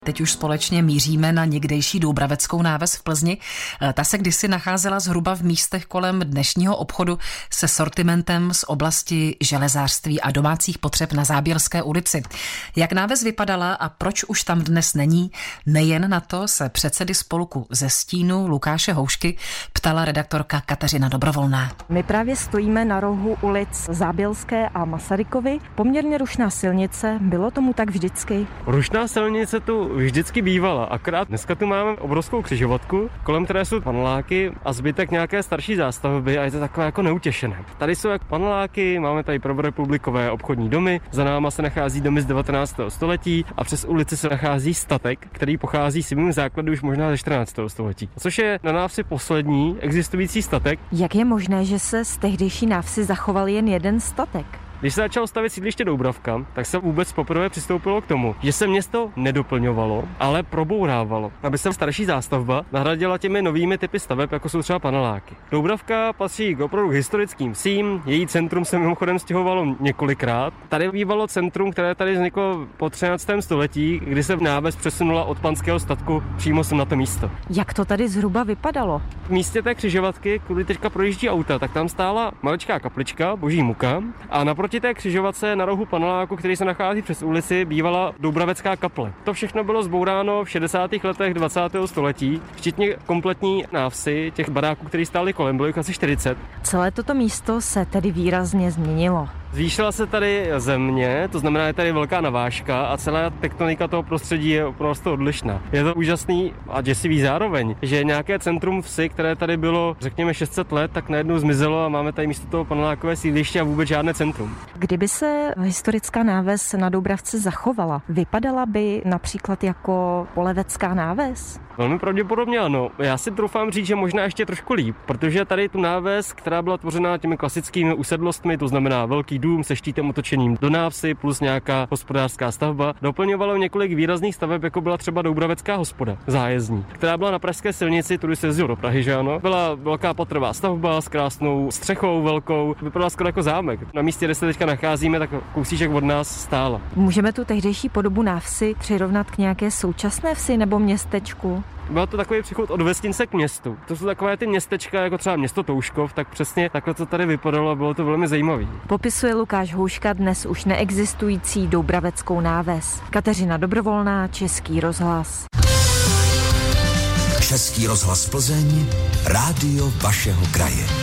Teď už společně míříme na někdejší Doubraveckou náves v Plzni. Ta se kdysi nacházela zhruba v místech kolem dnešního obchodu se sortimentem z oblasti železářství a domácích potřeb na Zábělské ulici. Jak náves vypadala a proč už tam dnes není, nejen na to se předsedy spolku Ze stínu Lukáše Houšky ptala redaktorka Kateřina Dobrovolná. My právě stojíme na rohu ulic Zábělské a Masarykovy. Poměrně rušná silnice, bylo tomu tak vždycky? Rušná silnice tu vždycky bývala, akorát dneska tu máme obrovskou křižovatku, kolem které jsou paneláky a zbytek nějaké starší zástavby a je to takové jako neutěšené. Tady jsou jak paneláky, máme tady prvorepublikové obchodní domy, za náma se nachází domy z 19. století a přes ulici se nachází statek, který pochází z mým základu už možná ze 14. století. Což je na návsi poslední existující statek. Jak je možné, že se z tehdejší návsi zachoval jen jeden statek? Když se začalo stavět sídliště Doubravka, tak se vůbec poprvé přistoupilo k tomu, že se město nedoplňovalo, ale probourávalo, aby se starší zástavba nahradila těmi novými typy staveb, jako jsou třeba paneláky. Doubravka patří k opravdu historickým vsím, její centrum se mimochodem stěhovalo několikrát. Tady bývalo centrum, které tady vzniklo po 13. století, kdy se náves přesunula od panského statku přímo sem na to místo. Jak to tady zhruba vypadalo? V místě té křižovatky, kudy teďka projíždí auta, tak tam stála maličká kaplička Boží muka a naproti té křižovatce na rohu paneláku, který se nachází přes ulici, bývala Doubravecká kaple. To všechno bylo zbouráno v 60. letech 20. století, včetně kompletní návsi těch baráků, které stály kolem, bylo jich asi 40. Celé toto místo se tedy výrazně změnilo. Zvýšila se tady země, to znamená, je tady velká navážka a celá tektonika toho prostředí je opravdu odlišná. Je to úžasný a děsivý zároveň, že nějaké centrum vsi, které tady bylo, řekněme 600 let, tak najednou zmizelo a máme tady místo toho panelákové sídliště a vůbec žádné centrum. Kdyby se historická náves na Doubravce zachovala, vypadala by například jako polevecká náves? Velmi pravděpodobně ano. Já si troufám říct, že možná ještě trošku líp, protože tady tu náves, která byla tvořena těmi klasickými usedlostmi, to znamená velký dům se štítem otočeným do návsi plus nějaká hospodářská stavba, doplňovalo několik výrazných staveb, jako byla třeba Doubravecká hospoda zájezdní, která byla na pražské silnici, tudy se jezdilo do Prahy, že ano. Byla velká patrová stavba s krásnou střechou velkou, vypadala skoro jako zámek. Na místě, kde se teďka nacházíme, tak kousíček od nás stála. Můžeme tu tehdejší podobu návsi přirovnat k nějaké současné vsi nebo městečku? Byl to takový přechod od vesnice k městu. To jsou takové ty městečka, jako třeba město Touškov, tak přesně takhle to tady vypadalo a bylo to velmi zajímavé. Popisuje Lukáš Houška dnes už neexistující Doubraveckou náves. Kateřina Dobrovolná, Český rozhlas. Český rozhlas Plzeň, rádio vašeho kraje.